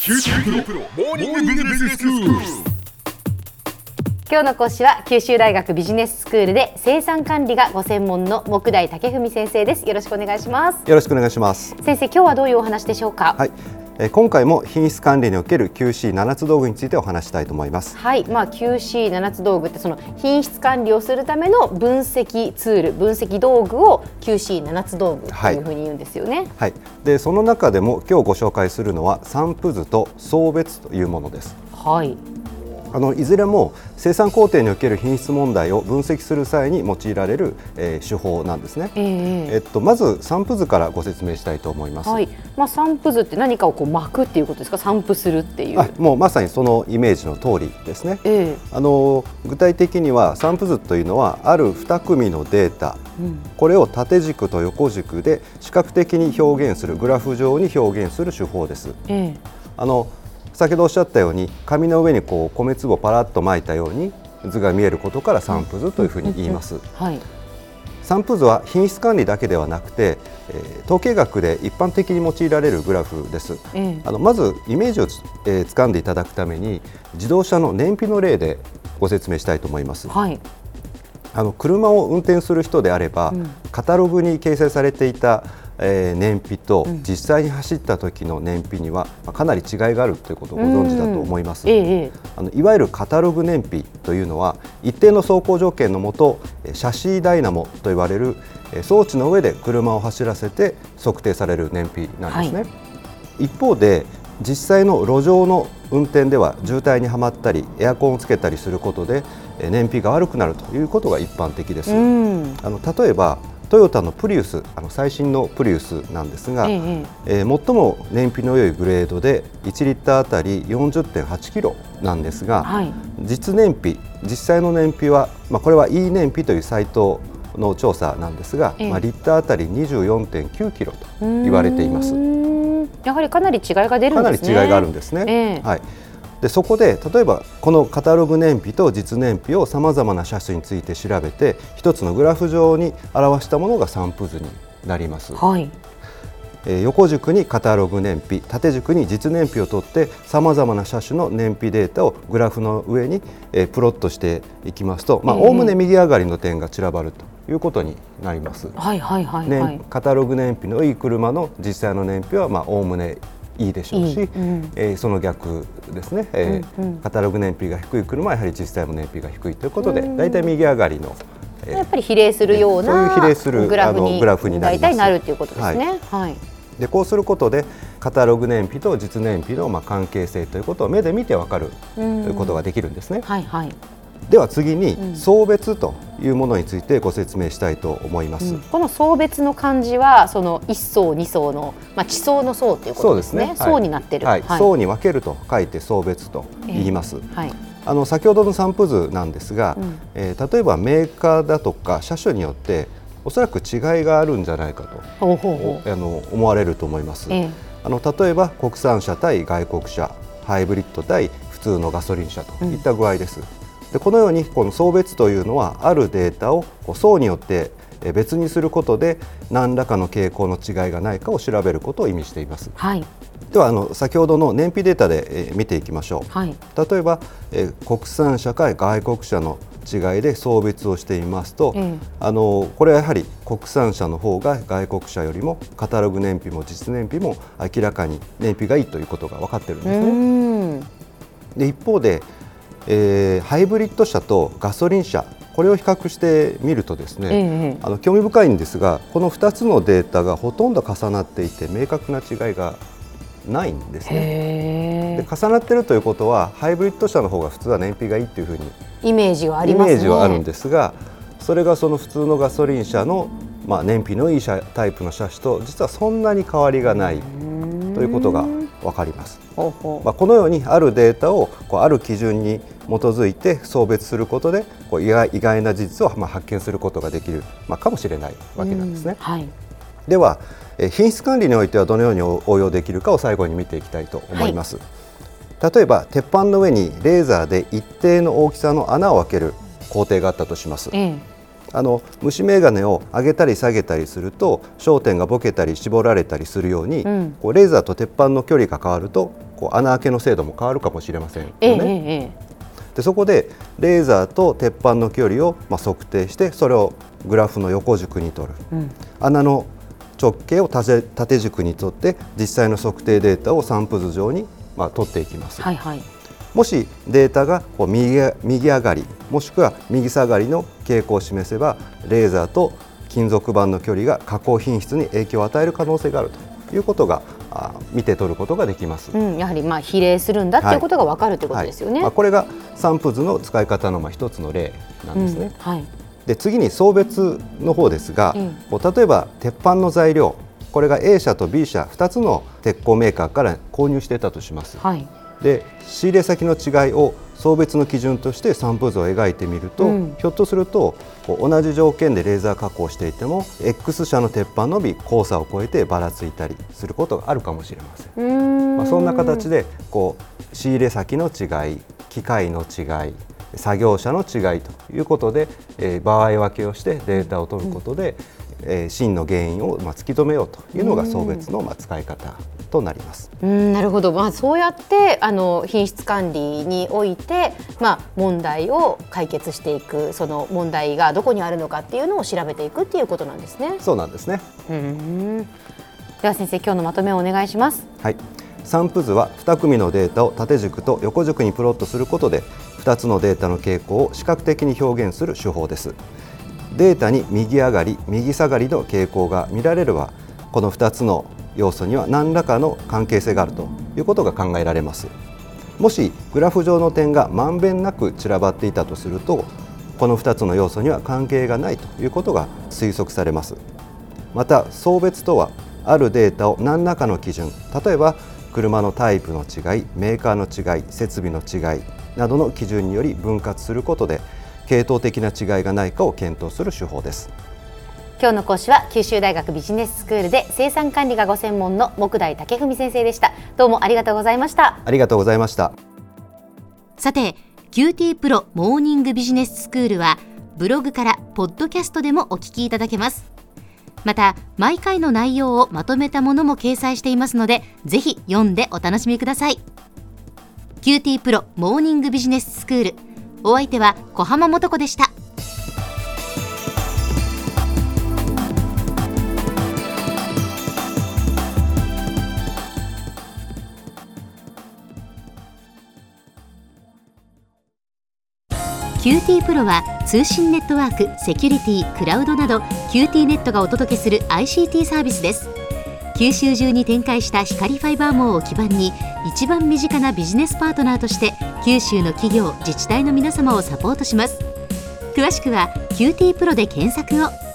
九州大学モーニングビジネススクール。 今日の講師は九州大学ビジネススクールで生産管理がご専門の杢代武文先生です。よろしくお願いします。 よろしくお願いします。 先生、今日はどういうお話でしょうか。 はい、今回も品質管理における QC7 つ道具についてお話したいと思います。 はい、QC7 つ道具ってその品質管理をするための分析ツール、分析道具を QC7 つ道具というふうに言うんですよね。 はい、でその中でも今日ご紹介するのは散布図と送別というものです。 はい。 いずれも生産工程における品質問題を分析する際に用いられる、手法なんですね。まず散布図からご説明したいと思います。 はい。散布図って何かを巻くっていうことですか。散布するっていう。 もうまさにそのイメージの通りですね。具体的には散布図というのはある2組のデータ、これを縦軸と横軸で視覚的に表現する、グラフ上に表現する手法です。先ほどおっしゃったように紙の上に米粒をパラッと巻いたように図が見えることから散布図というふうに言います。散布図は品質管理だけではなくて、統計学で一般的に用いられるグラフです。まずイメージを掴んでいただくために自動車の燃費の例でご説明したいと思います。車を運転する人であれば、カタログに掲載されていた燃費と実際に走った時の燃費にはかなり違いがあるということをご存知だと思います。いわゆるカタログ燃費というのは一定の走行条件のもとシャシーダイナモと言われる装置の上で車を走らせて測定される燃費なんですね。一方で実際の路上の運転では渋滞にはまったりエアコンをつけたりすることで燃費が悪くなるということが一般的です。例えばトヨタのプリウス、最新のプリウスなんですが、最も燃費の良いグレードで1リッターあたり 40.8 キロなんですが、実燃費、実際の燃費は、これは E 燃費というサイトの調査なんですが、リッターあたり 24.9 キロと言われています。 やはりかなり違いが出るんですね。 かなり違いがあるんですね。でそこで例えばこのカタログ燃費と実燃費をさまざまな車種について調べて一つのグラフ上に表したものが散布図になります。横軸にカタログ燃費、縦軸に実燃費を取ってさまざまな車種の燃費データをグラフの上にプロットしていきますと、おおむね右上がりの点が散らばるということになります。カタログ燃費のいい車の実際の燃費はおおむねいいでしょうし、その逆ですね、カタログ燃費が低い車はやはり実際の燃費が低いということで、だいたい右上がりの、 やっぱり比例するようなそういう比例するグラフに大体なるということですね。 でこうすることでカタログ燃費と実燃費の関係性ということを目で見て分かるということができるんですね。では次に送別というものについてご説明したいと思います。 この送別の漢字はその1層2層の、地層の層ということですね。層になっている。 層に分けると書いて送別と言います。先ほどの散布図なんですが、例えばメーカーだとか車種によっておそらく違いがあるんじゃないかと思われると思います。例えば国産車対外国車、ハイブリッド対普通のガソリン車といった具合です。でこのようにこの送別というのはあるデータを層によって別にすることで何らかの傾向の違いがないかを調べることを意味しています。では先ほどの燃費データで見ていきましょう。例えば国産車か外国車の違いで送別をしてみますと、これはやはり国産車の方が外国車よりもカタログ燃費も実燃費も明らかに燃費がいいということが分かっているんですね。で一方でハイブリッド車とガソリン車、これを比較してみるとですね、興味深いんですが、この2つのデータがほとんど重なっていて明確な違いがないんですね。で重なっているということはハイブリッド車の方が普通は燃費がいいというふうにイメージはありますね。 イメージはあるんですが、それがその普通のガソリン車の、燃費のいいタイプの車種と実はそんなに変わりがないということが分かります。このようにあるデータをある基準に基づいて送別することで意外な事実を発見することができる、かもしれないわけなんですね。では品質管理においてはどのように応用できるかを最後に見ていきたいと思います。例えば鉄板の上にレーザーで一定の大きさの穴を開ける工程があったとします。 虫眼鏡を上げたり下げたりすると焦点がボケたり絞られたりするように、こうレーザーと鉄板の距離が変わるとこう穴開けの精度も変わるかもしれませんよね。でそこでレーザーと鉄板の距離を測定してそれをグラフの横軸に取る、穴の直径を縦軸にとって実際の測定データを散布図上に取っていきます。もしデータがこう右上がりもしくは右下がりの傾向を示せばレーザーと金属板の距離が加工品質に影響を与える可能性があるということが見て取ることができます。 やはり比例するんだということが分かるということですよね。 これが散布図の使い方の一つの例なんですね。で次に送別の方ですが、例えば鉄板の材料これが A 社と B 社2つの鉄鋼メーカーから購入していたとします。で仕入れ先の違いを送別の基準として散布図を描いてみると、ひょっとすると同じ条件でレーザー加工していても X 社の鉄板のみ交差を超えてばらついたりすることがあるかもしれません。そんな形で仕入れ先の違い、機械の違い、作業者の違いということで、場合分けをしてデータを取ることで、真の原因を突き止めようというのが送別の使い方となります。 なるほど、そうやって品質管理において、問題を解決していく、その問題がどこにあるのかっていうのを調べていくっていうことなんですね。 そうなんですね。 では先生、今日のまとめをお願いします。 散布図は2組のデータを縦軸と横軸にプロットすることで2つのデータの傾向を視覚的に表現する手法です。データに右上がり右下がりの傾向が見られればこの2つの要素には何らかの関係性があるということが考えられます。もしグラフ上の点がまんべんなく散らばっていたとするとこの2つの要素には関係がないということが推測されます。また送別とはあるデータを何らかの基準、例えば車のタイプの違い、メーカーの違い、設備の違いなどの基準により分割することで系統的な違いがないかを検討する手法です。 今日の講師は九州大学ビジネススクールで生産管理がご専門の杢代武文先生でした。どうもありがとうございました。 ありがとうございました。 さて、QT プロモーニングビジネススクールはブログからポッドキャストでもお聞きいただけます。また毎回の内容をまとめたものも掲載していますので、ぜひ読んでお楽しみください。QT プロモーニングビジネススクール、お相手は小浜もとこでした。QT プロは通信ネットワーク、セキュリティ、クラウドなど QT ネットがお届けする ICT サービスです。九州中に展開した光ファイバー網を基盤に一番身近なビジネスパートナーとして九州の企業、自治体の皆様をサポートします。詳しくは QT プロで検索を。